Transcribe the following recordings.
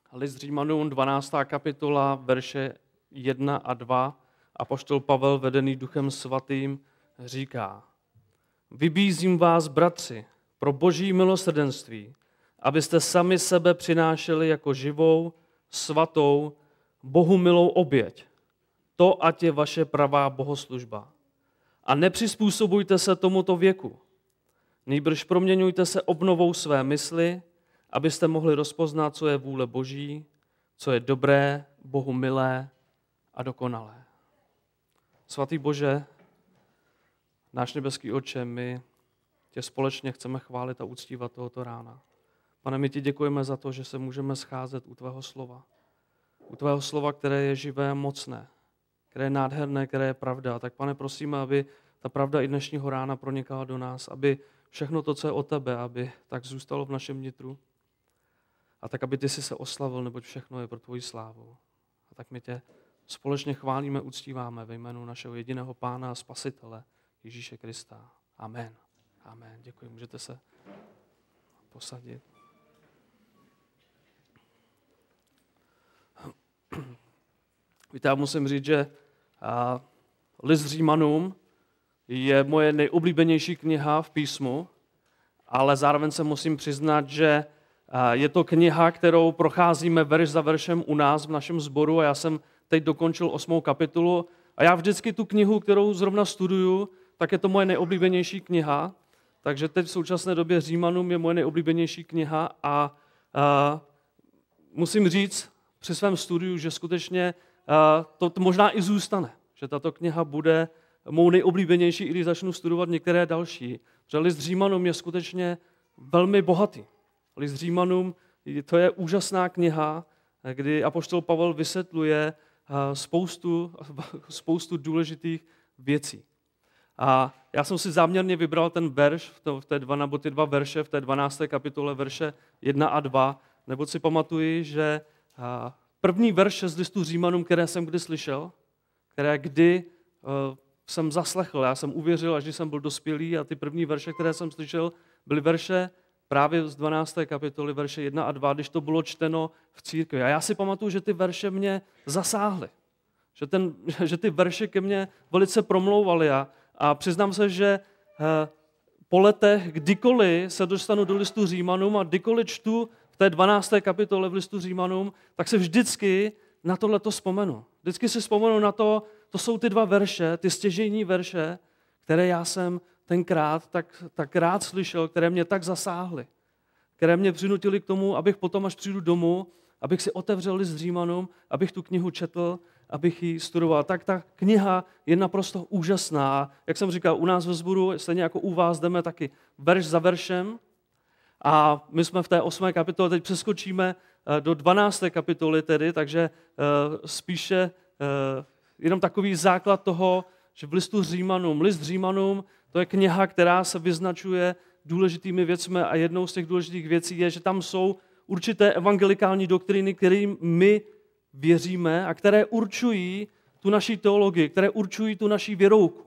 List Římanům, 12. kapitola, verše 1 a 2. Apoštol Pavel, vedený Duchem svatým, říká: Vybízím vás, bratři, pro boží milosrdenství, abyste sami sebe přinášeli jako živou, svatou, Bohu milou oběť. To ať je vaše pravá bohoslužba. A nepřizpůsobujte se tomuto věku. Nýbrž proměňujte se obnovou své mysli, abyste mohli rozpoznat, co je vůle Boží, co je dobré, Bohu milé a dokonalé. Svatý Bože, náš nebeský Otče, my tě společně chceme chválit a uctívat tohoto rána. Pane, my ti děkujeme za to, že se můžeme scházet u tvého slova. U tvého slova, které je živé a mocné, které je nádherné, které je pravda. Tak, Pane, prosíme, aby ta pravda i dnešního rána pronikala do nás, aby všechno to, co je o tebe, aby tak zůstalo v našem nitru. A tak, aby ty si se oslavil, neboť všechno je pro tvoji slávu. A tak my tě společně chválíme, uctíváme ve jménu našeho jediného Pána a Spasitele Ježíše Krista. Amen. Amen. Děkuji. Můžete se posadit. Víte, já musím říct, že List Římanům je moje nejoblíbenější kniha v písmu, ale zároveň se musím přiznat, že je to kniha, kterou procházíme verš za veršem u nás v našem sboru a já jsem teď dokončil 8. kapitolu a já vždycky tu knihu, kterou zrovna studuju, tak je to moje nejoblíbenější kniha, takže teď v současné době Římanům je moje nejoblíbenější kniha a musím říct při svém studiu, že skutečně to možná i zůstane, že tato kniha bude mou nejoblíbenější, i když začnu studovat některé další. Protože List Římanům je skutečně velmi bohatý. List Římanům, to je úžasná kniha, kdy apoštol Pavel vysvětluje spoustu důležitých věcí. A já jsem si záměrně vybral ten verš, nebo ty dva verše v té 12. kapitole, verše 1 a 2, neboť si pamatuji, že první verše z listu Římanům, které jsem kdy slyšel, které kdy jsem zaslechl, já jsem uvěřil, až když jsem byl dospělý a ty první verše, které jsem slyšel, byly verše právě z 12. kapitoly, verše 1 a 2, když to bylo čteno v církvi. A já si pamatuju, že ty verše mě zasáhly. Že ty verše ke mně velice promlouvaly a přiznám se, že po letech, kdykoliv se dostanu do listu Římanům a kdykoliv čtu v té 12. kapitole v listu Římanům, tak se vždycky na tohleto vzpomenu. Vždycky si vzpomenu na to jsou ty dva verše, ty stěžejní verše, které já jsem tenkrát tak rád slyšel, které mě tak zasáhly, které mě přinutily k tomu, abych potom, až přijdu domů, abych si otevřel list Římanům, abych tu knihu četl, abych ji studoval. Tak ta kniha je naprosto úžasná. Jak jsem říkal, u nás ve sboru, stejně jako u vás, jdeme taky verš za veršem. A my jsme v té 8. kapitole, teď přeskočíme do 12. kapitoly tedy, takže spíše jenom takový základ toho, že v listu Římanům, list Římanům, to je kniha, která se vyznačuje důležitými věcmi a jednou z těch důležitých věcí je, že tam jsou určité evangelikální doktriny, kterým my věříme a které určují tu naši teologii, které určují tu naši věrouku.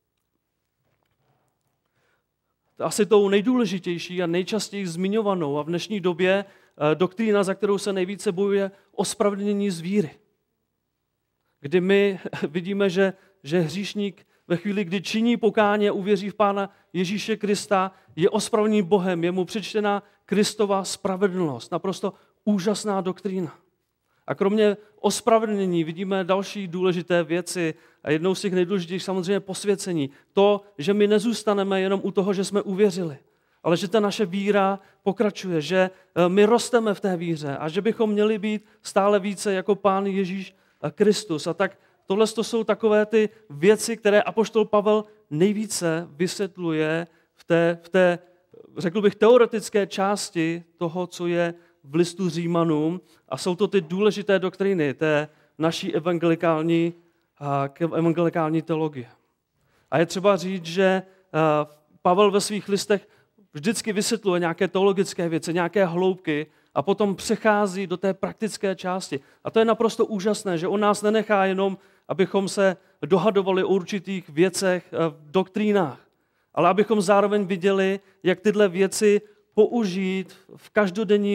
Asi tou nejdůležitější a nejčastěji zmiňovanou a v dnešní době doktrína, za kterou se nejvíce bojuje, ospravedlnění z víry. Kdy my vidíme, že hříšník ve chvíli, kdy činí pokání a uvěří v Pána Ježíše Krista, je ospravedlněný Bohem, je mu přečtena Kristova spravedlnost. Naprosto úžasná doktrína. A kromě ospravedlnění vidíme další důležité věci a jednou z těch nejdůležitějších samozřejmě posvěcení. To, že my nezůstaneme jenom u toho, že jsme uvěřili, ale že ta naše víra pokračuje, že my rosteme v té víře a že bychom měli být stále více jako Pán Ježíš Kristus. A tak tohle jsou takové ty věci, které apoštol Pavel nejvíce vysvětluje v té, řekl bych, teoretické části toho, co je v listu Římanům. A jsou to ty důležité doktriny té naší evangelikální teologie. A je třeba říct, že Pavel ve svých listech vždycky vysvětluje nějaké teologické věci, nějaké hloubky a potom přechází do té praktické části. A to je naprosto úžasné, že on nás nenechá jenom, abychom se dohadovali o určitých věcech, doktrínách, ale abychom zároveň viděli, jak tyhle věci použít v každodenním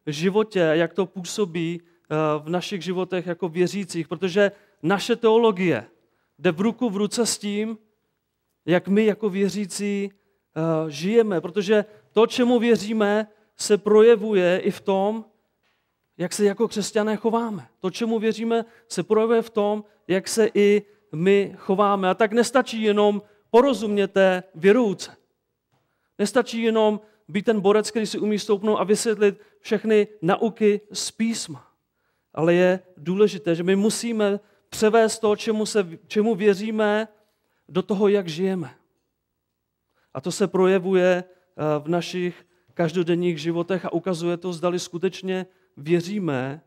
životě, jak to působí v našich životech jako věřících, protože naše teologie jde v ruku v ruce s tím, jak my jako věřící žijeme, protože to, čemu věříme, se projevuje i v tom, jak se jako křesťané chováme. To, čemu věříme, se projevuje v tom, jak se i my chováme. A tak nestačí jenom porozumět té věrouce. Nestačí jenom být ten borec, který si umí stoupnout a vysvětlit všechny nauky z písma. Ale je důležité, že my musíme převést to, čemu věříme, do toho, jak žijeme. A to se projevuje v našich každodenních životech a ukazuje to, zdali skutečně věříme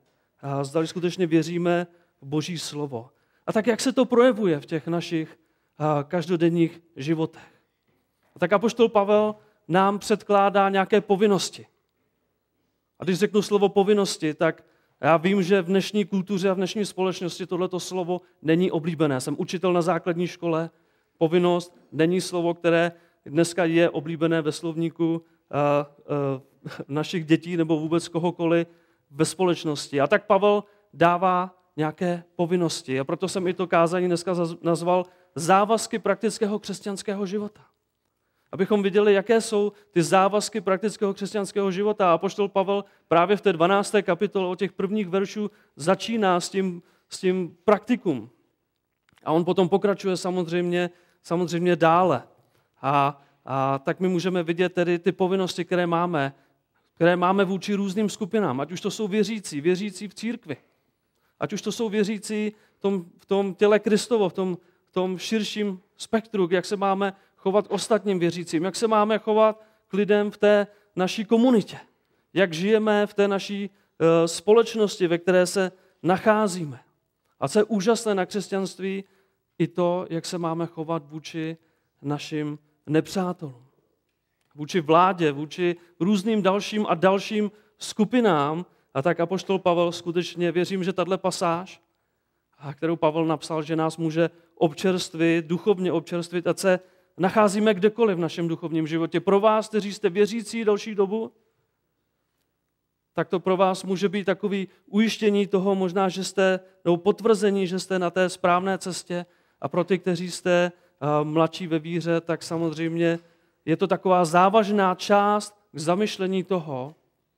v Boží slovo. A tak, jak se to projevuje v těch našich každodenních životech. A tak apoštol Pavel nám předkládá nějaké povinnosti. A když řeknu slovo povinnosti, tak já vím, že v dnešní kultuře a v dnešní společnosti tohleto slovo není oblíbené. Jsem učitel na základní škole. Povinnost není slovo, které dneska je oblíbené ve slovníku našich dětí nebo vůbec kohokoliv ve společnosti. A tak Pavel dává nějaké povinnosti. A proto jsem i to kázání dneska nazval závazky praktického křesťanského života. Abychom viděli, jaké jsou ty závazky praktického křesťanského života. A apoštol Pavel právě v té 12. kapitole od těch prvních veršů začíná s tím praktikum. A on potom pokračuje samozřejmě dále. A tak my můžeme vidět tedy ty povinnosti, které máme vůči různým skupinám. Ať už to jsou věřící v církvi. Ať už to jsou věřící v tom těle Kristovo, v tom širším spektru, jak se máme chovat k ostatním věřícím, jak se máme chovat k lidem v té naší komunitě, jak žijeme v té naší společnosti, ve které se nacházíme. A co je úžasné na křesťanství, i to, jak se máme chovat vůči našim nepřátelům, vůči vládě, vůči různým dalším skupinám. A tak apoštol Pavel skutečně, věřím, že tato pasáž, kterou Pavel napsal, že nás může občerstvit, duchovně občerstvit, ať se nacházíme kdekoliv v našem duchovním životě. Pro vás, kteří jste věřící další dobu, tak to pro vás může být takový ujištění toho možná, nebo potvrzení, že jste na té správné cestě. A pro ty, kteří jste mladší ve víře, tak samozřejmě je to taková závažná část k zamyšlení toho,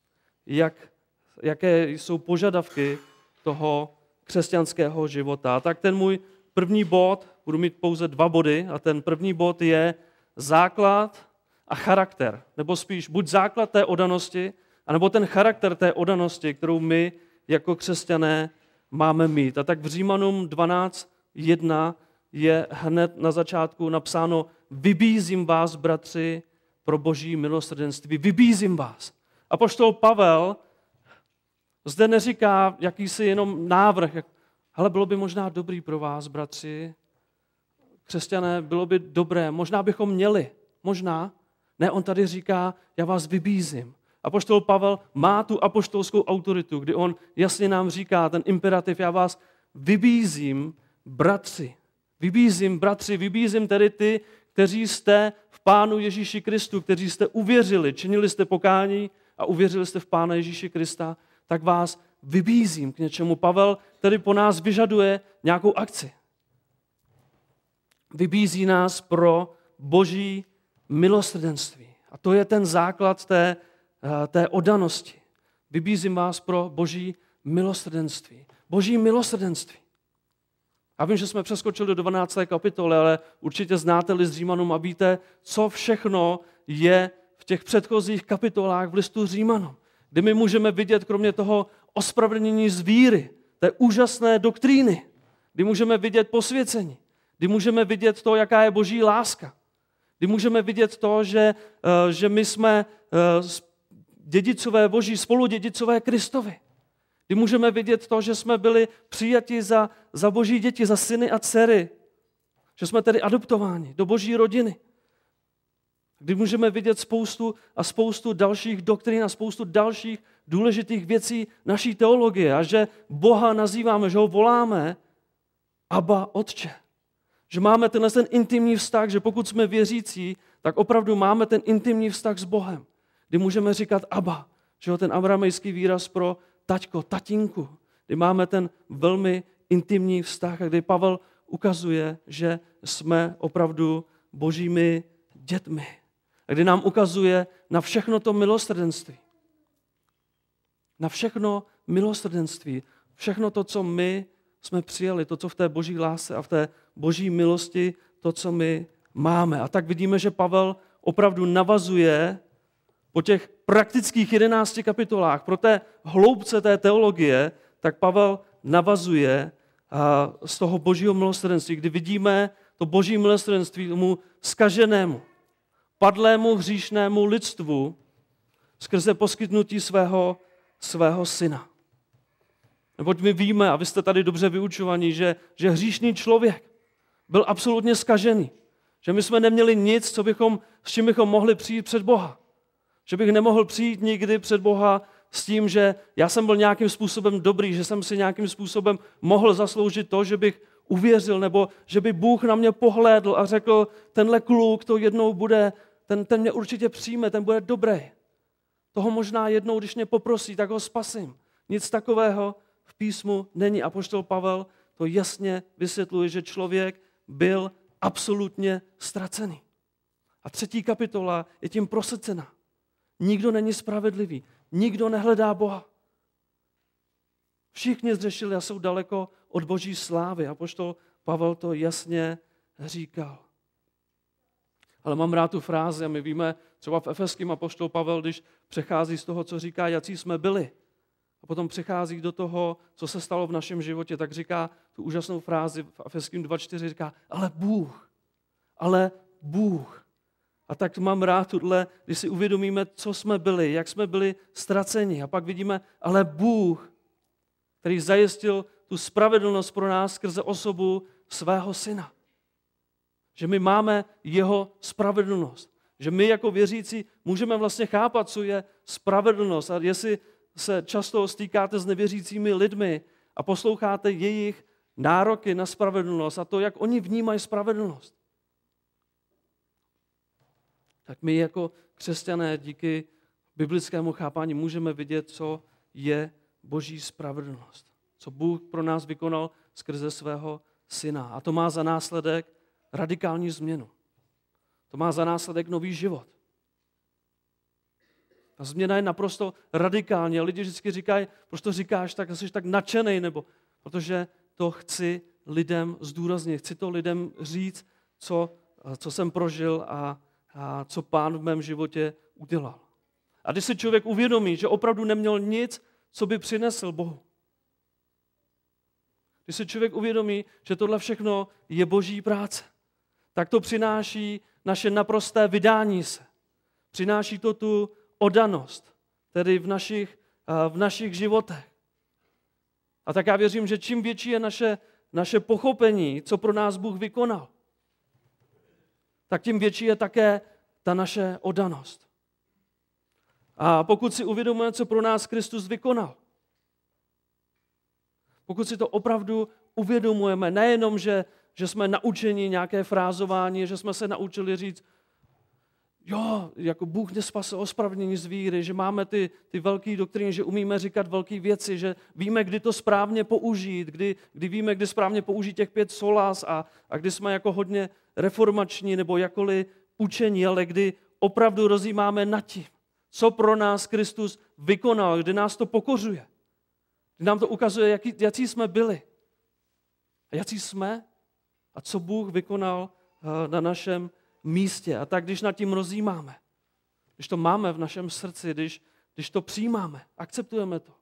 jaké jsou požadavky toho křesťanského života. Tak ten můj první bod, budu mít pouze 2 body, a ten první bod je základ a charakter. Nebo spíš buď základ té oddanosti, anebo ten charakter té oddanosti, kterou my jako křesťané máme mít. A tak v Římanům 12:1 je hned na začátku napsáno: vybízím vás, bratři, pro boží milosrdenství. Vybízím vás. Apoštol Pavel zde neříká jakýsi jenom návrh, ale bylo by možná dobrý pro vás, bratři, křesťané, bylo by dobré, možná bychom měli, možná. Ne, on tady říká, já vás vybízím. Apoštol Pavel má tu apoštolskou autoritu, kdy on jasně nám říká ten imperativ, já vás vybízím, bratři. Vybízím tedy ty, kteří jste v Pánu Ježíši Kristu, kteří jste uvěřili, činili jste pokání a uvěřili jste v Pána Ježíše Krista, tak vás vybízím k něčemu. Pavel tedy po nás vyžaduje nějakou akci. Vybízí nás pro boží milosrdenství. A to je ten základ té oddanosti. Vybízím vás pro boží milosrdenství. Boží milosrdenství. Já vím, že jsme přeskočili do 12. kapitoly, ale určitě znáte list Římanům a víte, co všechno je v těch předchozích kapitolách v listu Římanům, kdy my můžeme vidět kromě toho ospravedlnění z víry, té úžasné doktríny, kdy můžeme vidět posvěcení, kdy můžeme vidět to, jaká je boží láska, kdy můžeme vidět to, že my jsme dědicové boží, spoludědicové Kristovi. Kdy můžeme vidět to, že jsme byli přijati za boží děti, za syny a dcery. Že jsme tedy adoptováni do boží rodiny. Kdy můžeme vidět spoustu dalších doktrín a spoustu dalších důležitých věcí naší teologie. A že Boha nazýváme, že ho voláme Abba, Otče. Že máme ten intimní vztah, že pokud jsme věřící, tak opravdu máme ten intimní vztah s Bohem. Kdy můžeme říkat Abba, Že jo, ten aramejský výraz pro taťko, tatínku, kdy máme ten velmi intimní vztah a kdy Pavel ukazuje, že jsme opravdu božími dětmi. A kdy nám ukazuje na všechno to milosrdenství. Na všechno milosrdenství. Všechno to, co my jsme přijali, to, co v té boží lásce a v té boží milosti, to, co my máme. A tak vidíme, že Pavel opravdu navazuje po těch praktických 11 kapitolách, pro té hloubce té teologie, tak Pavel navazuje z toho božího milosrdenství, kdy vidíme to boží milosrdenství tomu zkaženému, padlému hříšnému lidstvu skrze poskytnutí svého syna. Neboť my víme, a vy jste tady dobře vyučovaní, že hříšný člověk byl absolutně zkažený. Že my jsme neměli nic, s čím bychom mohli přijít před Boha. Že bych nemohl přijít nikdy před Boha s tím, že já jsem byl nějakým způsobem dobrý, že jsem si nějakým způsobem mohl zasloužit to, že bych uvěřil, nebo že by Bůh na mě pohlédl a řekl, tenhle kluk to jednou bude, ten mě určitě přijme, ten bude dobrý. Toho možná jednou, když mě poprosí, tak ho spasím. Nic takového v písmu není. Apoštol Pavel to jasně vysvětluje, že člověk byl absolutně ztracený. A 3. kapitola je tím prosecena. Nikdo není spravedlivý, nikdo nehledá Boha. Všichni zřešili a jsou daleko od boží slávy. Apoštol Pavel to jasně říkal. Ale mám rád tu frázi a my víme, třeba v Efeským apoštol Pavel, když přechází z toho, co říká, jací jsme byli, a potom přechází do toho, co se stalo v našem životě, tak říká tu úžasnou frázi v Efeským 2.4, říká, ale Bůh. A tak mám rád tuhle, když si uvědomíme, co jsme byli, jak jsme byli ztraceni. A pak vidíme, ale Bůh, který zajistil tu spravedlnost pro nás skrze osobu svého syna. Že my máme jeho spravedlnost. Že my jako věřící můžeme vlastně chápat, co je spravedlnost. A jestli se často stýkáte s nevěřícími lidmi a posloucháte jejich nároky na spravedlnost a to, jak oni vnímají spravedlnost, tak my jako křesťané díky biblickému chápání můžeme vidět, co je boží spravedlnost. Co Bůh pro nás vykonal skrze svého syna. A to má za následek radikální změnu. To má za následek nový život. Ta změna je naprosto radikální. A lidi vždycky říkají, proč to říkáš, tak jsi tak nadšenej, nebo protože to chci lidem zdůraznit. Chci to lidem říct, co jsem prožil a co Pán v mém životě udělal. A když si člověk uvědomí, že opravdu neměl nic, co by přinesl Bohu. Když si člověk uvědomí, že tohle všechno je boží práce, tak to přináší naše naprosté vydání se. Přináší to tu oddanost, tedy v našich životech. A tak já věřím, že čím větší je naše pochopení, co pro nás Bůh vykonal, tak tím větší je také ta naše oddanost. A pokud si uvědomujeme, co pro nás Kristus vykonal, pokud si to opravdu uvědomujeme, nejenom, že jsme naučeni nějaké frázování, že jsme se naučili říct, jo, jako Bůh mě spasil ospravedlnění z víry, že máme ty velké doktríny, že umíme říkat velké věci, že víme, kdy to správně použít, kdy víme, kdy správně použít těch 5 solas a kdy jsme jako hodně reformační nebo jakoliv učení, ale kdy opravdu rozjímáme nad tím, co pro nás Kristus vykonal, kdy nás to pokořuje. Kdy nám to ukazuje, jací jsme byli. A jací jsme a co Bůh vykonal na našem místě. A tak, když nad tím rozjímáme, když to máme v našem srdci, když to přijímáme, akceptujeme to,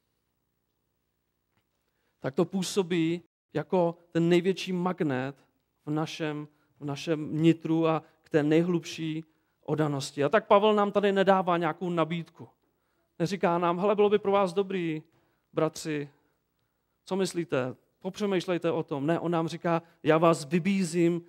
tak to působí jako ten největší magnet v našem nitru a k té nejhlubší oddanosti. A tak Pavel nám tady nedává nějakou nabídku. Neříká nám, hele, bylo by pro vás dobrý, bratři, co myslíte? Popřemýšlejte o tom. Ne, on nám říká, já vás vybízím.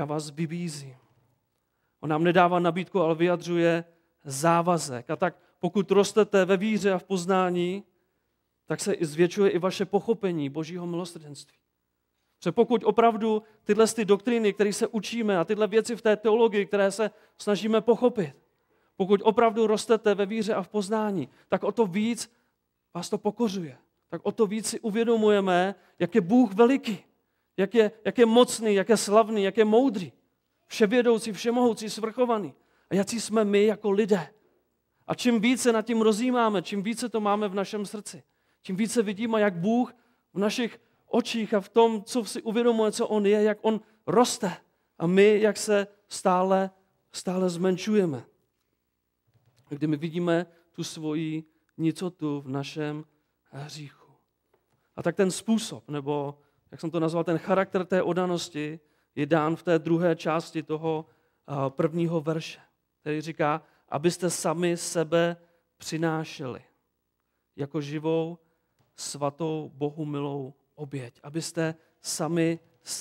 On nám nedává nabídku, ale vyjadřuje závazek. A tak pokud rostete ve víře a v poznání, tak se zvětšuje i vaše pochopení božího milosrdenství. Protože pokud opravdu tyhle doktríny, které se učíme a tyhle věci v té teologii, které se snažíme pochopit, pokud opravdu rostete ve víře a v poznání, tak o to víc vás to pokořuje. Tak o to víc si uvědomujeme, jak je Bůh veliký, jak je mocný, jak je slavný, jak je moudrý, vševědoucí, všemohoucí, svrchovaný. A jaký jsme my jako lidé. A čím více nad tím rozjímáme, čím více to máme v našem srdci, čím více vidíme, jak Bůh v našich očích a v tom, co si uvědomuje, co on je, jak on roste. A my, jak se stále zmenšujeme. Kdy my vidíme tu svoji nicotu v našem hříchu. A tak ten způsob, nebo jak jsem to nazval, ten charakter té oddanosti je dán v té druhé části toho prvního verše, který říká, abyste sami sebe přinášeli jako živou, svatou, Bohu milou oběť. Abyste sami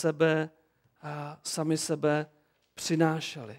sebe přinášeli.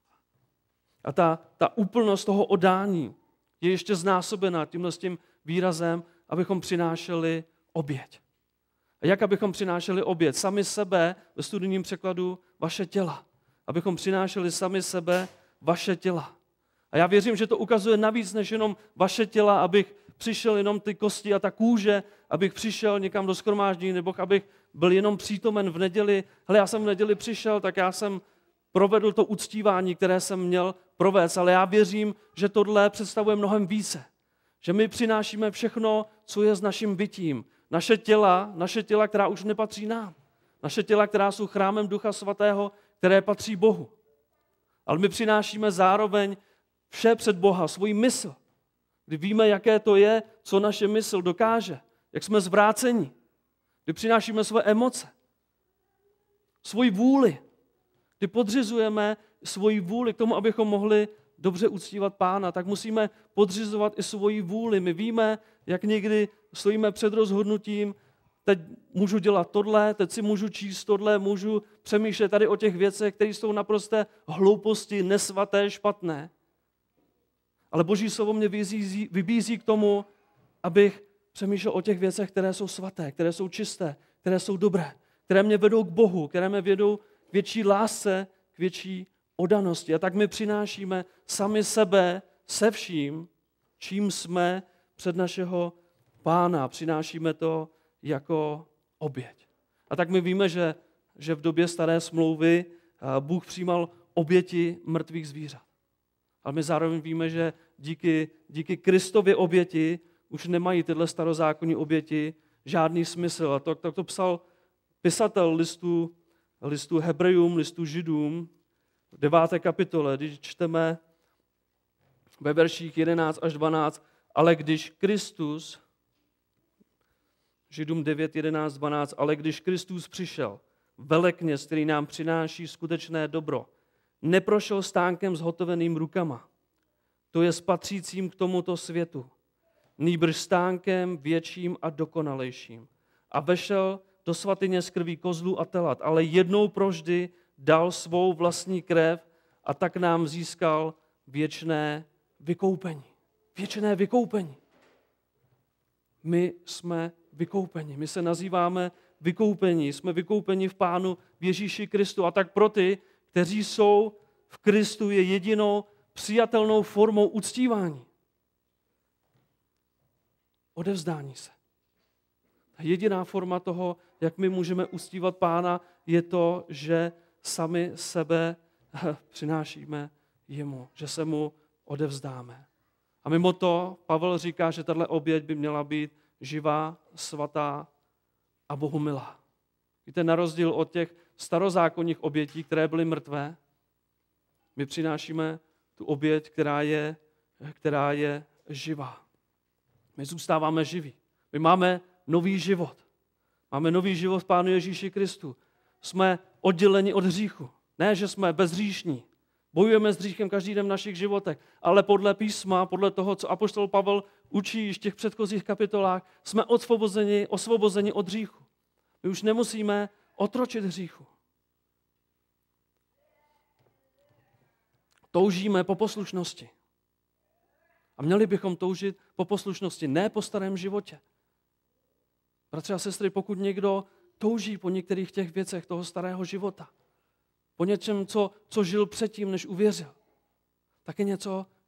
A ta úplnost toho oddání je ještě znásobená tímhle s tím výrazem, abychom přinášeli oběť. A jak abychom přinášeli oběť? Sami sebe, ve studijním překladu, vaše těla. Abychom přinášeli sami sebe, vaše těla. A já věřím, že to ukazuje navíc, než jenom vaše těla, abych přišel jenom ty kosti a ta kůže, abych přišel někam do shromáždění, nebo abych byl jenom přítomen v neděli. Hele, já jsem v neděli přišel, tak já jsem provedl to uctívání, které jsem měl provést, ale já věřím, že tohle představuje mnohem více. Že my přinášíme všechno, co je s naším bytím. Naše těla, která už nepatří nám. Naše těla, která jsou chrámem Ducha Svatého, které patří Bohu. Ale my přinášíme zároveň vše před Boha, svůj mysl. Kdy víme, jaké to je, co naše mysl dokáže, jak jsme zvráceni. Kdy přinášíme své emoce, svoji vůli. Kdy podřizujeme svoji vůli k tomu, abychom mohli dobře uctívat Pána, tak musíme podřizovat i svoji vůli. My víme, jak někdy stojíme před rozhodnutím, teď můžu dělat tohle, teď si můžu číst tohle, můžu přemýšlet tady o těch věcech, které jsou naprosté hlouposti, nesvaté, špatné. Ale Boží slovo mě vybízí k tomu, abych přemýšlel o těch věcech, které jsou svaté, které jsou čisté, které jsou dobré, které mě vedou k Bohu, které mě vedou k větší lásce, k větší oddanosti. A tak my přinášíme sami sebe se vším, čím jsme před našeho Pána. Přinášíme to jako oběť. A tak my víme, že v době staré smlouvy Bůh přijímal oběti mrtvých zvířat. Ale my zároveň víme, že díky Kristově oběti už nemají tyhle starozákonní oběti žádný smysl. A to psal pisatel listu Hebrejům, listu Židům, v 9. kapitole, když čteme ve verších 11 až 12, ale když Kristus, Židům 9, 11, 12, ale když Kristus přišel, velekněz, který nám přináší skutečné dobro, neprošel stánkem zhotoveným rukama, to je patřícím k tomuto světu, nýbrž stánkem větším a dokonalejším. A vešel do svatyně z krví kozlů a telat, ale jednou provždy dal svou vlastní krev a tak nám získal věčné vykoupení. Věčné vykoupení. My jsme vykoupeni. My se nazýváme vykoupení. Jsme vykoupeni v Pánu v Ježíši Kristu. A tak pro ty, kteří jsou v Kristu, je jedinou přijatelnou formou uctívání. Odevzdání se. A jediná forma toho, jak my můžeme uctívat Pána, je to, že sami sebe přinášíme jemu, že se mu odevzdáme. A mimo to Pavel říká, že tato oběť by měla být živá, svatá a Bohu milá. Víte, na rozdíl od těch starozákonních obětí, které byly mrtvé, my přinášíme tu oběť, která je živá. My zůstáváme živí. My máme nový život. Máme nový život v Pánu Ježíši Kristu. Jsme odděleni od hříchu. Ne, že jsme bezhříšní. Bojujeme s hříchem každý den v našich životech, ale podle písma, podle toho, co apoštol Pavel učí v těch předchozích kapitolách, jsme osvobozeni od hříchu. My už nemusíme otročit hříchu. Toužíme po poslušnosti. A měli bychom toužit po poslušnosti, ne po starém životě. Bratři a sestry, pokud někdo touží po některých těch věcech toho starého života, po něčem, co žil předtím, než uvěřil, tak je něco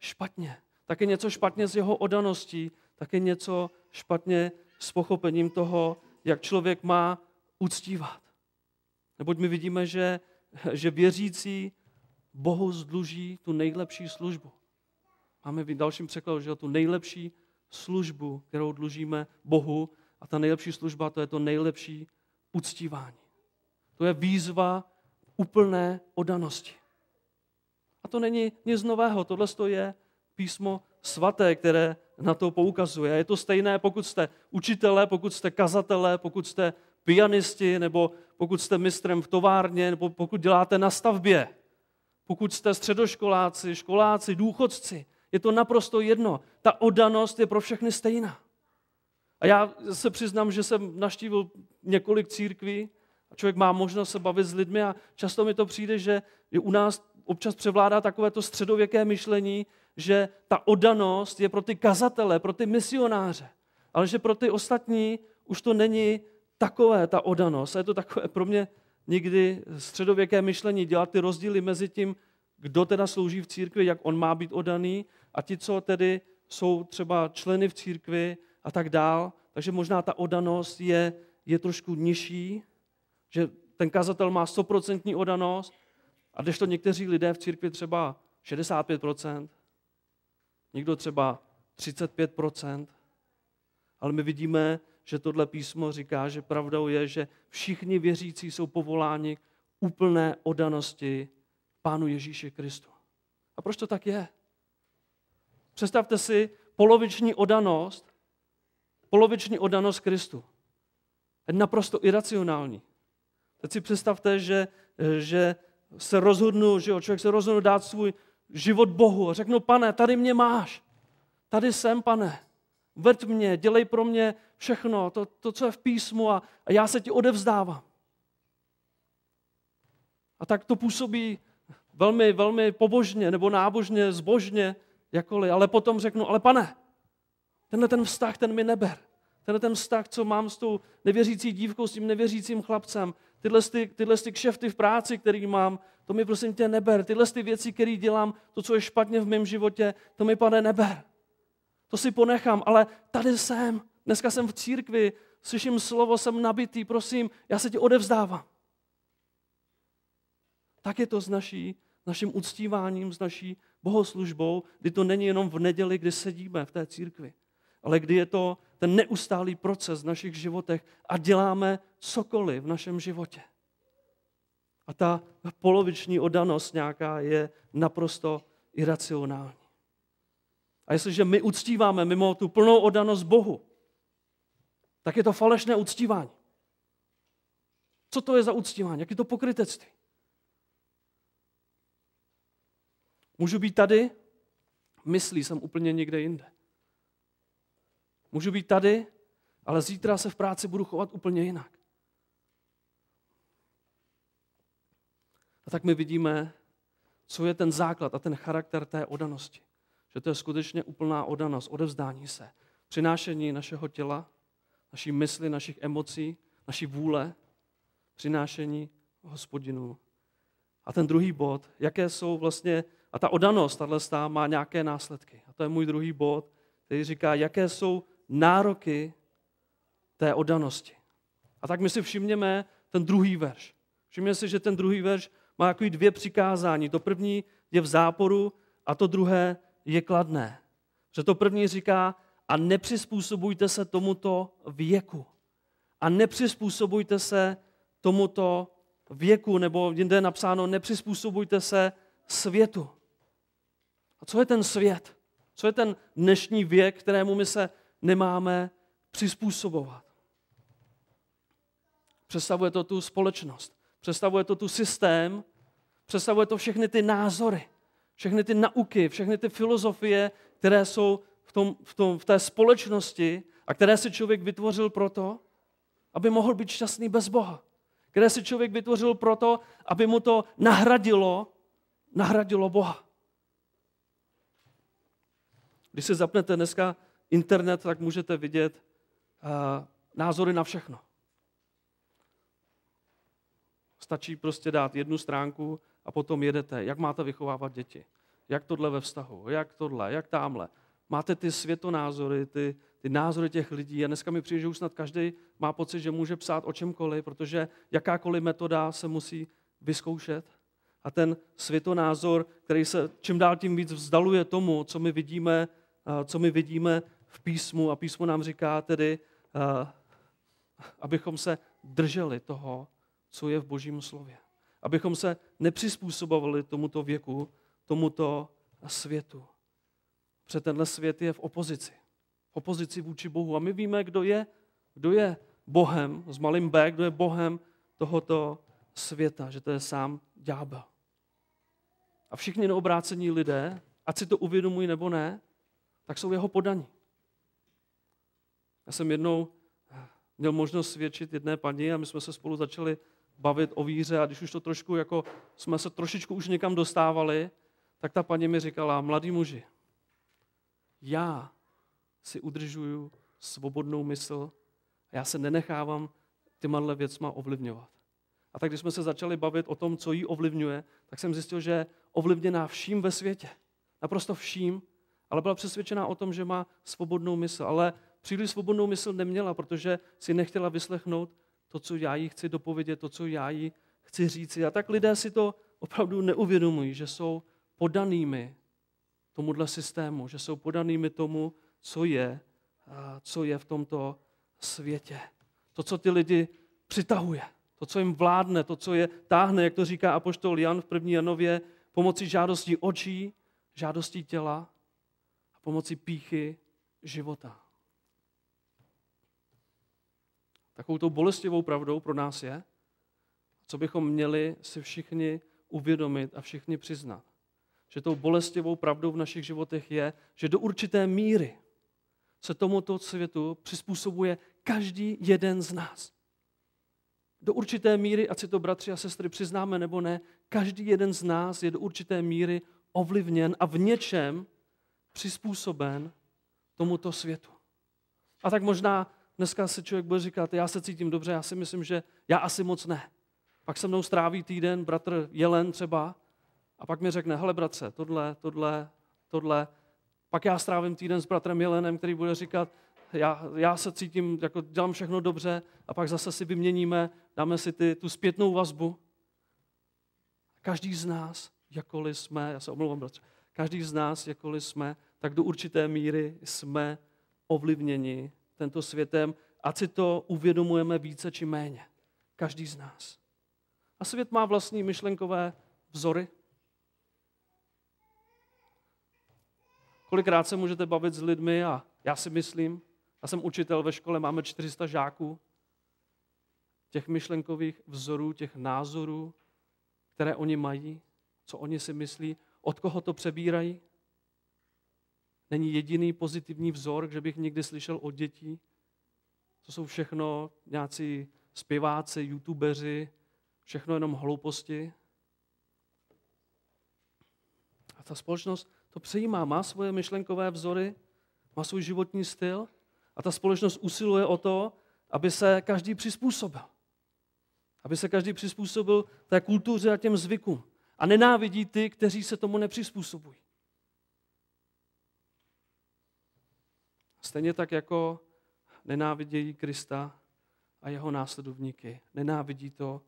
špatně. Tak je něco špatně s jeho oddaností, tak je něco špatně s pochopením toho, jak člověk má uctívat. Neboť my vidíme, že věřící Bohu zdluží tu nejlepší službu. Máme v dalším překladu, že tu nejlepší službu, kterou dlužíme Bohu, a ta nejlepší služba, to je to nejlepší uctívání. To je výzva úplné oddanosti. A to není nic nového, tohle je písmo svaté, které na to poukazuje. Je to stejné, pokud jste učitelé, pokud jste kazatelé, pokud jste pianisti, nebo pokud jste mistrem v továrně, nebo pokud děláte na stavbě, pokud jste středoškoláci, školáci, důchodci. Je to naprosto jedno. Ta oddanost je pro všechny stejná. A já se přiznám, že jsem navštívil několik církví a člověk má možnost se bavit s lidmi a často mi to přijde, že u nás občas převládá takovéto středověké myšlení, že ta oddanost je pro ty kazatele, pro ty misionáře, ale že pro ty ostatní už to není takové ta oddanost. A je to takové pro mě někdy středověké myšlení, dělat ty rozdíly mezi tím, kdo teda slouží v církvi, jak on má být oddaný, a ti, co tedy jsou třeba členy v církvi a tak dál. Takže možná ta oddanost je trošku nižší, že ten kazatel má 100% oddanost, a kdežto někteří lidé v církvi třeba 65%, někdo třeba 35%, ale my vidíme, že tohle písmo říká, že pravdou je, že všichni věřící jsou povoláni k úplné oddanosti Pánu Ježíši Kristu. A proč to tak je? Představte si poloviční oddanost Kristu. Je naprosto iracionální. Teď si představte, že se rozhodnu, že člověk se rozhodne dát svůj život Bohu a řeknu, Pane, tady mě máš. Tady jsem, Pane. Veď mě, dělej pro mě všechno, to co je v písmu a já se ti odevzdávám. A tak to působí velmi, velmi pobožně nebo nábožně, zbožně, jakkoliv. Ale potom řeknu, ale Pane, tenhle ten vztah, ten mi neber. Tenhle ten vztah, co mám s tou nevěřící dívkou, s tím nevěřícím chlapcem, tyhle kšefty v práci, který mám, to mi prosím tě neber. Tyhle věci, které dělám, to, co je špatně v mém životě, to mi, Pane, neber. To si ponechám, ale tady jsem. Dneska jsem v církvi, slyším slovo, jsem nabitý, prosím, já se ti odevzdávám. Tak je to s naším uctíváním, s naší bohoslužbou, kdy to není jenom v neděli, kdy sedíme v té církvi, ale kdy je to ten neustálý proces v našich životech a děláme cokoliv v našem životě. A ta poloviční oddanost nějaká je naprosto iracionální. A jestliže my uctíváme mimo tu plnou oddanost Bohu, tak je to falešné uctívání. Co to je za uctívání? Jak je to pokrytectví? Můžu být tady, myslí jsem úplně někde jinde. Můžu být tady, ale zítra se v práci budu chovat úplně jinak. A tak my vidíme, co je ten základ a ten charakter té oddanosti. Že to je skutečně úplná oddanost, odevzdání se, přinášení našeho těla, naší mysli, našich emocí, naší vůle, přinášení Hospodinu. A ten druhý bod, jaké jsou vlastně, a ta oddanost, tato má nějaké následky. A to je můj druhý bod, který říká, jaké jsou nároky té oddanosti. A tak my si všimněme ten druhý verš. Všimněme si, že ten druhý verš má takový dvě přikázání. To první je v záporu a to druhé je kladné. Že to první říká, a nepřizpůsobujte se tomuto věku. A nepřizpůsobujte se tomuto věku, nebo jinde je napsáno, nepřizpůsobujte se světu. A co je ten svět? Co je ten dnešní věk, kterému my se nemáme přizpůsobovat? Představuje to tu společnost, představuje to tu systém, představuje to všechny ty názory, všechny ty nauky, všechny ty filozofie, které jsou v té společnosti a které si člověk vytvořil proto, aby mohl být šťastný bez Boha. Které si člověk vytvořil proto, aby mu to nahradilo Boha. Když si zapnete dneska internet, tak můžete vidět názory na všechno. Stačí prostě dát jednu stránku a potom jedete, jak máte vychovávat děti. jak tohle ve vztahu, jak tohle, jak támhle. Máte ty světonázory, ty názory těch lidí a dneska mi přijde, že už snad každý má pocit, že může psát o čemkoliv, protože jakákoliv metoda se musí vyzkoušet. A ten světonázor, který se čím dál tím víc vzdaluje tomu, co my vidíme v písmu, a písmo nám říká tedy, abychom se drželi toho, co je v Božím slově. Abychom se nepřizpůsobovali tomuto věku, tomuto světu. Protože tenhle svět je v opozici. V opozici vůči Bohu. A my víme, kdo je Bohem, s malým B, kdo je Bohem tohoto světa, že to je sám ďábel. A všichni neobrácení lidé, ať si to uvědomují nebo ne, tak jsou jeho podaní. Já jsem jednou měl možnost svědčit jedné paní a my jsme se spolu začali bavit o víře a když už to trošku, jako jsme se trošičku už někam dostávali, tak ta paní mi říkala, mladý muži, já si udržuju svobodnou mysl a já se nenechávám těma věcma ovlivňovat. A tak když jsme se začali bavit o tom, co jí ovlivňuje, tak jsem zjistil, že je ovlivněná vším ve světě. Naprosto vším, ale byla přesvědčená o tom, že má svobodnou mysl. Ale příliš svobodnou mysl neměla, protože si nechtěla vyslechnout to, co já jí chci dopovědět, to, co já jí chci říci. A tak lidé si to opravdu neuvědomují, že jsou podanými tomuhle systému, že jsou podanými tomu, co je v tomto světě. To, co ty lidi přitahuje, to, co jim vládne, to, co je táhne, jak to říká apoštol Jan v 1. Janově, pomocí žádostí očí, žádostí těla a pomocí pýchy života. Takovou tou bolestivou pravdou pro nás je, co bychom měli si všichni uvědomit a všichni přiznat. Že tou bolestivou pravdou v našich životech je, že do určité míry se tomuto světu přizpůsobuje každý jeden z nás. Do určité míry, ať si to bratři a sestry přiznáme nebo ne, každý jeden z nás je do určité míry ovlivněn a v něčem přizpůsoben tomuto světu. A tak možná dneska se člověk bude říkat, já se cítím dobře, já si myslím, že já asi moc ne. Pak se mnou stráví týden bratr Jelen třeba a pak mi řekne, hele bratře, tohle. Pak já strávím týden s bratrem Jelenem, který bude říkat, já se cítím, jako dělám všechno dobře a pak zase si vyměníme, dáme si tu zpětnou vazbu. Každý z nás, jakkoliv jsme, já se omlouvám bratře, každý z nás, jakkoliv jsme, tak do určité míry jsme ovlivněni tento světem, ať si to uvědomujeme více či méně. Každý z nás. A svět má vlastní myšlenkové vzory. Kolikrát se můžete bavit s lidmi a já si myslím, já jsem učitel ve škole, máme 400 žáků, těch myšlenkových vzorů, těch názorů, které oni mají, co oni si myslí, od koho to přebírají. Není jediný pozitivní vzor, že bych někdy slyšel od dětí. To jsou všechno nějací zpěváci, youtubeři, všechno jenom hlouposti. A ta společnost to přejímá, má svoje myšlenkové vzory, má svůj životní styl a ta společnost usiluje o to, aby se každý přizpůsobil. Aby se každý přizpůsobil té kultuře a těm zvykům. A nenávidí ty, kteří se tomu nepřizpůsobují. Stejně tak, jako nenávidějí Krista a jeho následovníky. Nenávidí to.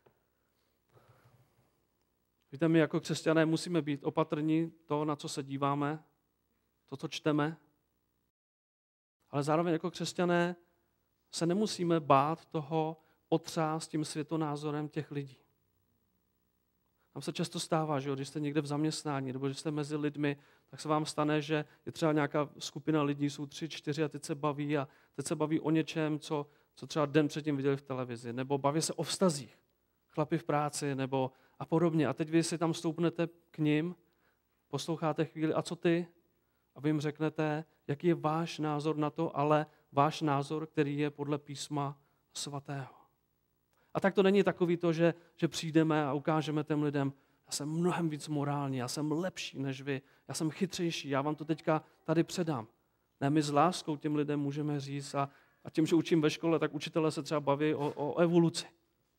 Víte, my jako křesťané musíme být opatrní to, na co se díváme, to, co čteme, ale zároveň jako křesťané se nemusíme bát toho otřást tím světonázorem těch lidí. Nám se často stává, že když jste někde v zaměstnání nebo když jste mezi lidmi, tak se vám stane, že je třeba nějaká skupina lidí, jsou 3, 4 a teď se baví o něčem, co třeba den předtím viděli v televizi, nebo baví se o vztazích, chlapi v práci, nebo a podobně. A teď vy si tam stoupnete k nim, posloucháte chvíli, a co ty? A vy jim řeknete, jaký je váš názor na to, ale váš názor, který je podle písma svatého. A tak to není takový to, že přijdeme a ukážeme těm lidem, já jsem mnohem víc morální, já jsem lepší než vy, já jsem chytřejší, já vám to teďka tady předám. Ne, my s láskou těm lidem můžeme říct a tím, že učím ve škole, tak učitelé se třeba baví o evoluci.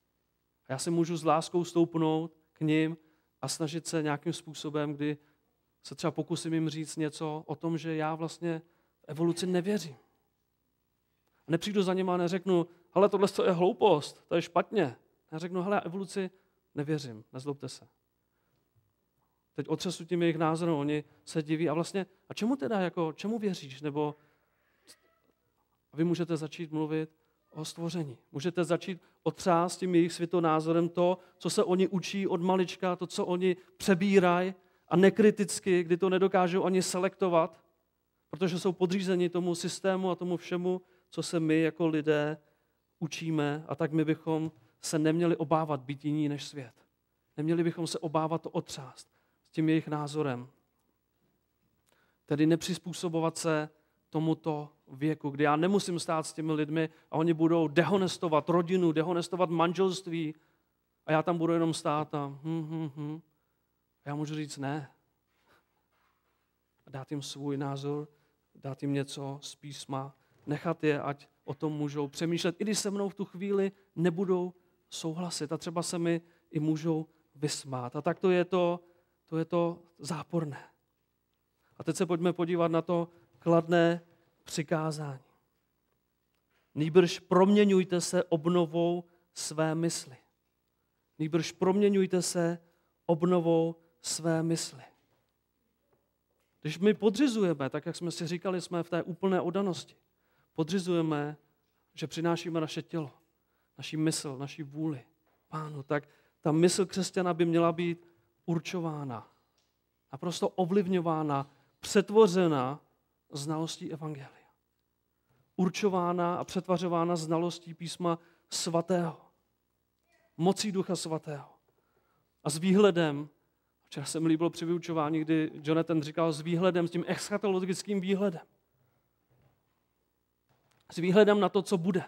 A já si můžu s láskou stoupnout k nim a snažit se nějakým způsobem, kdy se třeba pokusím jim říct něco o tom, že já vlastně v evoluci nevěřím. A nepřijdu za nima a neřeknu, hele, tohle je hloupost, to je špatně. Já řeknu, hele, já evoluci nevěřím, nezlobte se. Teď otřesu tím jejich názorem, oni se diví a vlastně, a čemu teda, jako, čemu věříš? Nebo vy můžete začít mluvit o stvoření. Můžete začít otřást tím jejich světonázorem to, co se oni učí od malička, to, co oni přebírají a nekriticky, kdy to nedokážou ani selektovat, protože jsou podřízeni tomu systému a tomu všemu, co se my jako lidé učíme, a tak my bychom se neměli obávat být jiní než svět. Neměli bychom se obávat to otřást s tím jejich názorem. Tedy nepřizpůsobovat se tomuto věku, kdy já nemusím stát s těmi lidmi a oni budou dehonestovat rodinu, dehonestovat manželství a já tam budu jenom stát a A já můžu říct ne. A dát jim svůj názor, dát jim něco z písma, nechat je, ať o tom můžou přemýšlet, i když se mnou v tu chvíli nebudou souhlasit a třeba se mi i můžou vysmát. A tak to je to záporné. A teď se pojďme podívat na to kladné přikázání. Nýbrž proměňujte se obnovou své mysli. Nýbrž proměňujte se obnovou své mysli. Když my podřizujeme, tak jak jsme si říkali, jsme v té úplné oddanosti. Podřizujeme, že přinášíme naše tělo, naši mysl, naši vůli Pánu, tak ta mysl křesťana by měla být určována, naprosto ovlivňována, přetvořena znalostí evangelia. Určována a přetvařována znalostí písma svatého, mocí Ducha svatého. A s výhledem, včera se mi líbilo při vyučování, kdy Jonathan říkal s výhledem, s tím eschatologickým výhledem. S výhledem na to, co bude.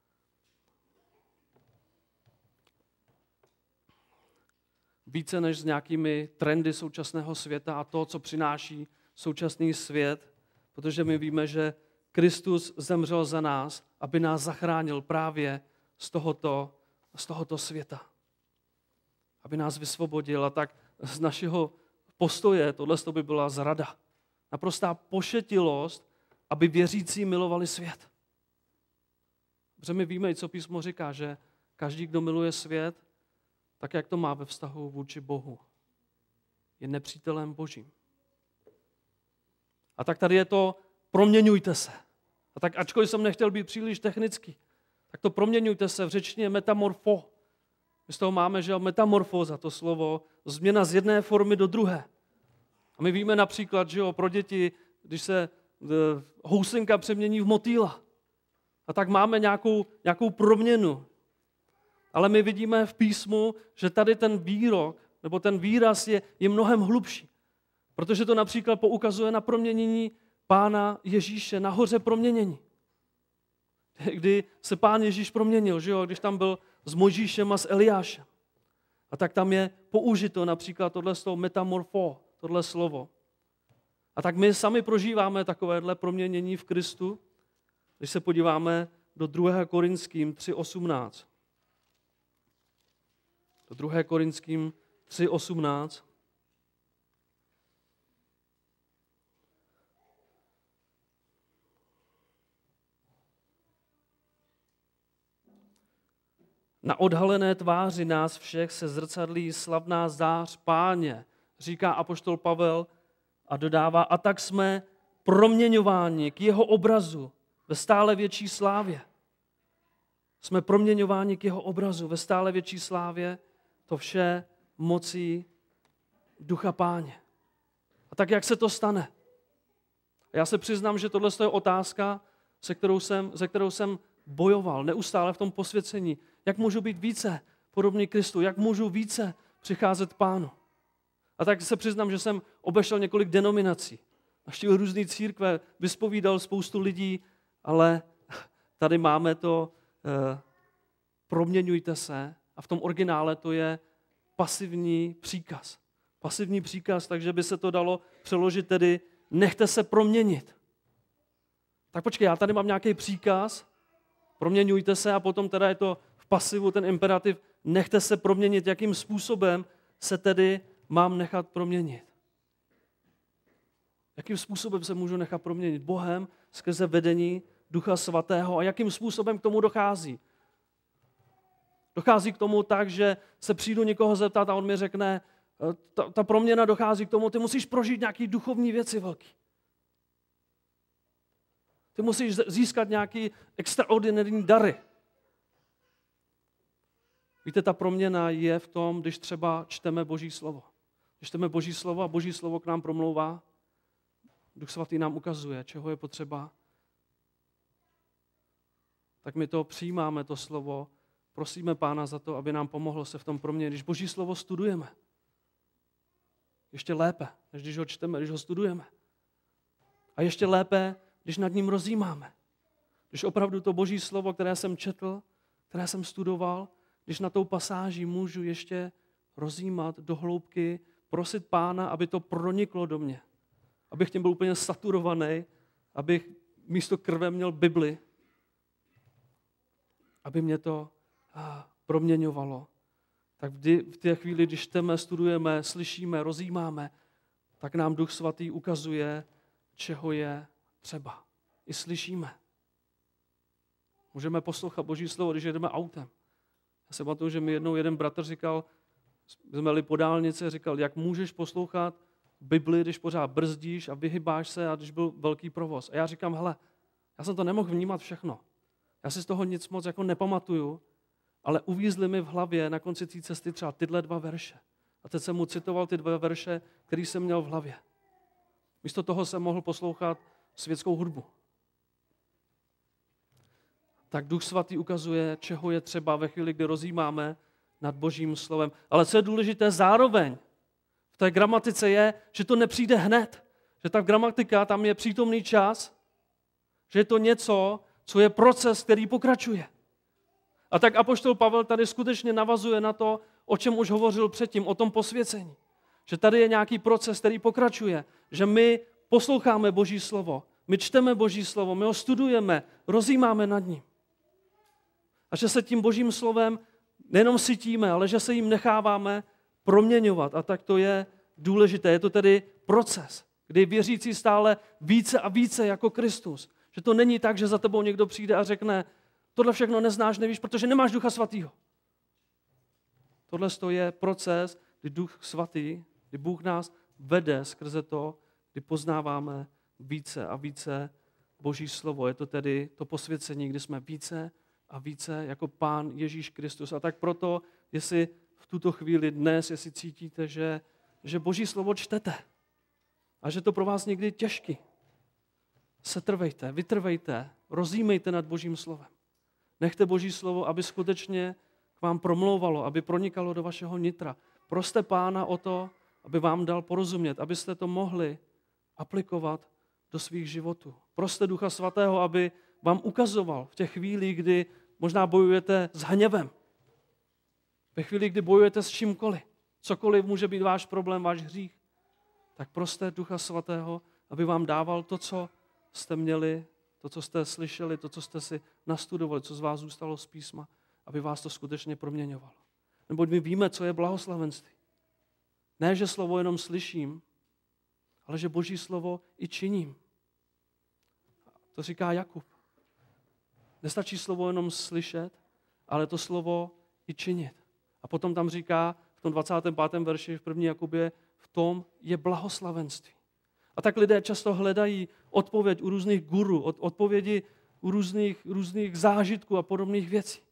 Více než s nějakými trendy současného světa a to, co přináší současný svět, protože my víme, že Kristus zemřel za nás, aby nás zachránil právě z tohoto světa. Aby nás vysvobodil. A tak z našeho postoje tohle by byla zrada. Naprostá pošetilost, aby věřící milovali svět. Protože my víme, co písmo říká, že každý, kdo miluje svět, tak jak to má ve vztahu vůči Bohu, je nepřítelem Božím. A tak tady je to proměňujte se. A tak ačkoliv jsem nechtěl být příliš technický, tak to proměňujte se v řečtině metamorfo. My z toho máme, že metamorfóza, to slovo, změna z jedné formy do druhé. A my víme například, že pro děti, když se housenka přemění v motýla, a tak máme nějakou proměnu. Ale my vidíme v písmu, že tady ten výrok, nebo ten výraz je mnohem hlubší. Protože to například poukazuje na proměnění Pána Ježíše, na hoře proměnění. Kdy se Pán Ježíš proměnil, že jo? Když tam byl s Mojžíšem a s Eliášem. A tak tam je použito například tohle slovo metamorfo, tohle slovo. A tak my sami prožíváme takovéhle proměnění v Kristu, když se podíváme do 2. Korinským 3:18. Do 2. Korinským 3:18. Na odhalené tváři nás všech se zrcadlí slavná zář Páně, říká apoštol Pavel a dodává, a tak jsme proměňováni k jeho obrazu ve stále větší slávě. Jsme proměňováni k jeho obrazu ve stále větší slávě, to vše mocí Ducha Páně. A tak jak se to stane? Já se přiznám, že tohle je otázka, se kterou jsem bojoval neustále v tom posvěcení. Jak můžu být více podobný Kristu? Jak můžu více přicházet Pánu? A tak se přiznám, že jsem obešel několik denominací. Navštívil různé církve, vyspovídal spoustu lidí, ale tady máme to proměňujte se a v tom originále to je pasivní příkaz. Pasivní příkaz, takže by se to dalo přeložit tedy nechte se proměnit. Tak počkej, já tady mám nějaký příkaz, proměňujte se a potom teda je to v pasivu ten imperativ nechte se proměnit. Jakým způsobem se tedy mám nechat proměnit? Jakým způsobem se můžu nechat proměnit Bohem skrze vedení Ducha Svatého a jakým způsobem k tomu dochází. Dochází k tomu tak, že se přijdu někoho zeptat a on mi řekne, ta proměna dochází k tomu, ty musíš prožít nějaké duchovní věci velký. Ty musíš získat nějaké extraordinární dary. Víte, ta proměna je v tom, když třeba čteme Boží slovo. Když čteme Boží slovo a Boží slovo k nám promlouvá, Duch Svatý nám ukazuje, čeho je potřeba, tak my to přijímáme, to slovo, prosíme Pána za to, aby nám pomohlo se v tom proměnit. Když Boží slovo studujeme, ještě lépe, než když ho čteme, když ho studujeme. A ještě lépe, když nad ním rozjímáme. Když opravdu to Boží slovo, které jsem četl, které jsem studoval, když na tou pasáží můžu ještě rozjímat do hloubky, prosit Pána, aby to proniklo do mě. Abych tím byl úplně saturovaný, abych místo krve měl Bibli, aby mě to proměňovalo. Tak v té chvíli, když čteme, studujeme, slyšíme, rozjímáme, tak nám Duch Svatý ukazuje, čeho je třeba. I slyšíme. Můžeme poslouchat Boží slovo, když jedeme autem. Já se pamatuju, že mi jednou jeden bratr říkal, jsme jeli po dálnici, říkal, jak můžeš poslouchat Bibli, když pořád brzdíš a vyhybáš se a když byl velký provoz. A já říkám, hele, já jsem to nemohl vnímat všechno. Já si z toho nic moc jako nepamatuju, ale uvízly mi v hlavě na konci té cesty třeba tyhle 2 verše. A teď jsem mu citoval ty 2 verše, které jsem měl v hlavě. Místo toho jsem mohl poslouchat světskou hudbu. Tak Duch Svatý ukazuje, čeho je třeba ve chvíli, kdy rozjímáme nad Božím slovem. Ale co je důležité zároveň v té gramatice je, že to nepřijde hned. Že ta gramatika, tam je přítomný čas, že je to něco, co je proces, který pokračuje. A tak apoštol Pavel tady skutečně navazuje na to, o čem už hovořil předtím, o tom posvěcení. Že tady je nějaký proces, který pokračuje. Že my posloucháme Boží slovo, my čteme Boží slovo, my ho studujeme, rozjímáme nad ním. A že se tím Božím slovem nejenom sytíme, ale že se jim necháváme proměňovat. A tak to je důležité. Je to tedy proces, kdy věřící stále více a více jako Kristus. Že to není tak, že za tebou někdo přijde a řekne, tohle všechno neznáš, nevíš, protože nemáš Ducha Svatého. Tohle je proces, kdy Duch Svatý, kdy Bůh nás vede skrze to, kdy poznáváme více a více Boží slovo. Je to tedy to posvěcení, kdy jsme více a více jako Pán Ježíš Kristus. A tak proto, jestli v tuto chvíli dnes, jestli cítíte, že Boží slovo čtete a že to pro vás někdy je těžký, setrvejte, vytrvejte, rozjímejte nad Božím slovem. Nechte Boží slovo, aby skutečně k vám promlouvalo, aby pronikalo do vašeho nitra. Proste Pána o to, aby vám dal porozumět, abyste to mohli aplikovat do svých životů. Proste Ducha Svatého, aby vám ukazoval v těch chvílích, kdy možná bojujete s hněvem. Ve chvíli, kdy bojujete s čímkoliv, cokoliv může být váš problém, váš hřích, tak proste Ducha Svatého, aby vám dával to, co jste měli, to, co jste slyšeli, to, co jste si nastudovali, co z vás zůstalo z písma, aby vás to skutečně proměňovalo. Neboť my víme, co je blahoslavenství. Ne, že slovo jenom slyším, ale že Boží slovo i činím. To říká Jakub. Nestačí slovo jenom slyšet, ale to slovo i činit. A potom tam říká v tom 25. verši v 1. Jakubě, v tom je blahoslavenství. A tak lidé často hledají odpověď u různých guru, odpovědi u různých zážitků a podobných věcí.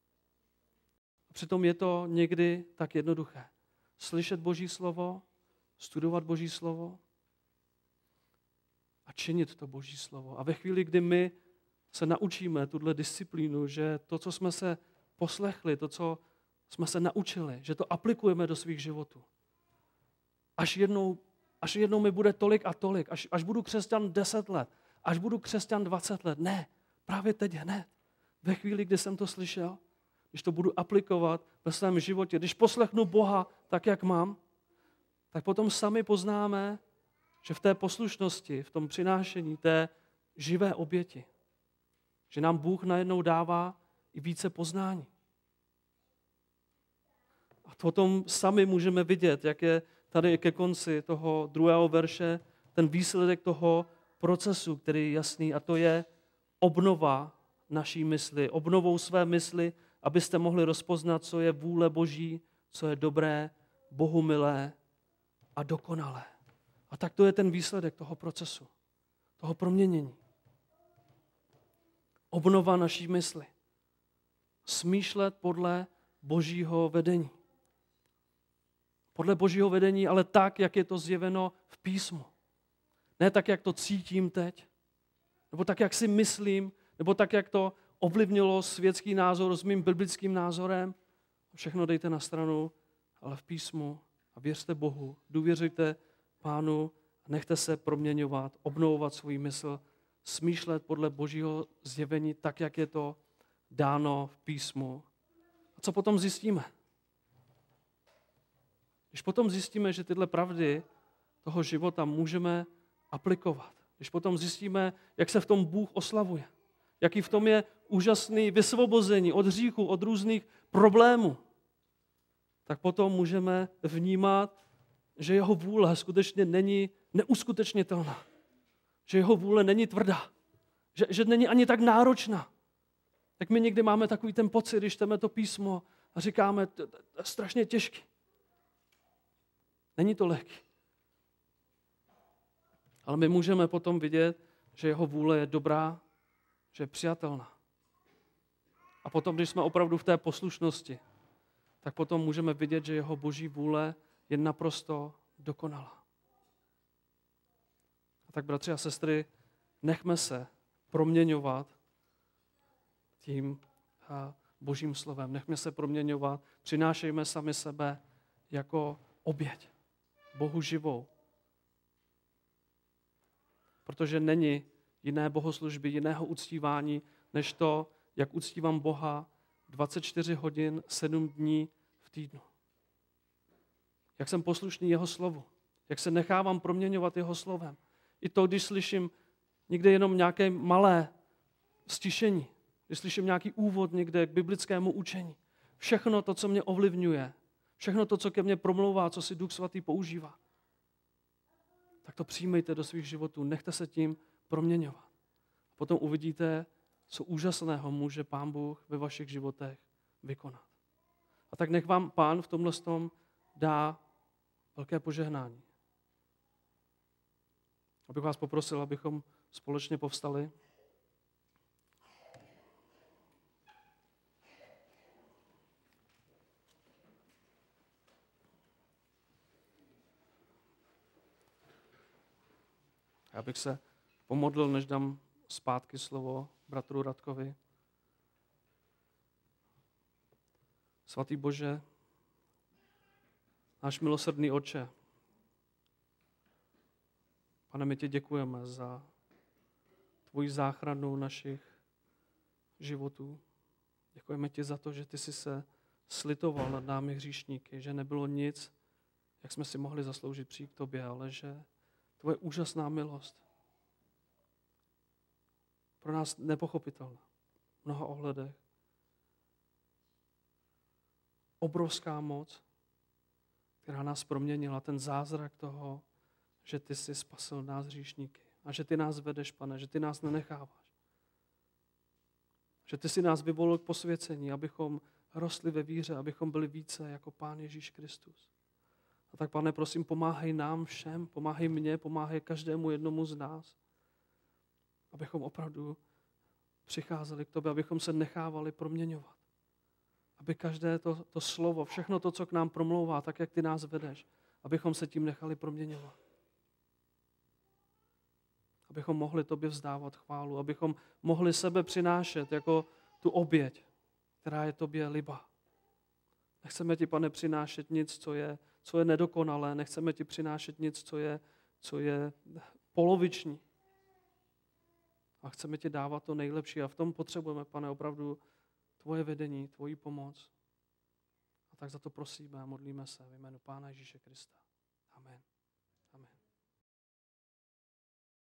A přitom je to někdy tak jednoduché. Slyšet Boží slovo, studovat Boží slovo a činit to Boží slovo. A ve chvíli, kdy my se naučíme tuhle disciplínu, že to, co jsme se poslechli, to, co jsme se naučili, že to aplikujeme do svých životů. Až jednou mi bude tolik a tolik, až budu křesťan 10 let, až budu křesťan 20 let. Ne, právě teď hned. Ve chvíli, kdy jsem to slyšel, když to budu aplikovat ve svém životě, když poslechnu Boha tak, jak mám, tak potom sami poznáme, že v té poslušnosti, v tom přinášení té živé oběti, že nám Bůh najednou dává i více poznání. A potom sami můžeme vidět, jak je tady ke konci toho 2. verše ten výsledek toho procesu, který je jasný, a to je obnova naší mysli, obnovou své mysli, abyste mohli rozpoznat, co je vůle Boží, co je dobré, bohumilé a dokonalé. A tak to je ten výsledek toho procesu, toho proměnění. Obnova naší mysli. Smýšlet podle Božího vedení. Podle Božího vedení, ale tak, jak je to zjeveno v písmu. Ne tak, jak to cítím teď, nebo tak, jak si myslím, nebo tak, jak to ovlivnilo světský názor s mým biblickým názorem. Všechno dejte na stranu, ale v písmu a věřte Bohu, důvěřujte Pánu a nechte se proměňovat, obnovovat svůj mysl, smýšlet podle Božího zjevení tak, jak je to dáno v písmu. A co potom zjistíme? Když potom zjistíme, že tyhle pravdy toho života můžeme aplikovat, když potom zjistíme, jak se v tom Bůh oslavuje, jaký v tom je úžasný vysvobození od hříchu, od různých problémů, tak potom můžeme vnímat, že jeho vůle skutečně není neuskutečnitelná. Že jeho vůle není tvrdá. Že není ani tak náročná. Tak my někdy máme takový ten pocit, když čteme to písmo a říkáme, to je strašně těžký. Není to lehký. Ale my můžeme potom vidět, že jeho vůle je dobrá, že je přijatelná. A potom, když jsme opravdu v té poslušnosti, tak potom můžeme vidět, že jeho Boží vůle je naprosto dokonalá. A tak, bratři a sestry, nechme se proměňovat tím Božím slovem. Nechme se proměňovat, přinášejme sami sebe jako oběť Bohu živou. Protože není jiné bohoslužby, jiného uctívání, než to, jak uctívám Boha 24 hodin, 7 dní v týdnu. Jak jsem poslušný jeho slovu. Jak se nechávám proměňovat jeho slovem. I to, když slyším někde jenom nějaké malé stišení, když slyším nějaký úvod někde k biblickému učení. Všechno to, co mě ovlivňuje, všechno to, co ke mně promlouvá, co si Duch Svatý používá, tak to přijmejte do svých životů, nechte se tím proměňovat. Potom uvidíte, co úžasného může Pán Bůh ve vašich životech vykonat. A tak nech vám Pán v tomhle tom dá velké požehnání. Abych vás poprosil, abychom společně povstali. Já bych se pomodlil, než dám zpátky slovo bratru Radkovi. Svatý Bože, náš milosrdný Otče, Pane, my ti děkujeme za tvoji záchranu našich životů. Děkujeme ti za to, že ty jsi se slitoval nad námi hříšníky, že nebylo nic, jak jsme si mohli zasloužit přijít k tobě, ale že tvoje úžasná milost pro nás nepochopitelná v mnoha ohledech. Obrovská moc, která nás proměnila, ten zázrak toho, že ty jsi spasil nás hříšníky a že ty nás vedeš, Pane, že ty nás nenecháváš. Že ty jsi nás vyvolil k posvěcení, abychom rostli ve víře, abychom byli více jako Pán Ježíš Kristus. A tak, Pane, prosím, pomáhej nám všem, pomáhej mně, pomáhej každému jednomu z nás, abychom opravdu přicházeli k tobě, abychom se nechávali proměňovat. Aby každé to slovo, všechno to, co k nám promlouvá, tak jak ty nás vedeš, abychom se tím nechali proměňovat. Abychom mohli tobě vzdávat chválu, abychom mohli sebe přinášet jako tu oběť, která je tobě liba. Nechceme ti, Pane, přinášet nic, co je nedokonalé, nechceme ti přinášet nic, co je poloviční. A chceme ti dávat to nejlepší a v tom potřebujeme, Pane, opravdu tvoje vedení, tvoji pomoc. A tak za to prosíme a modlíme se v jménu Pána Ježíše Krista. Amen.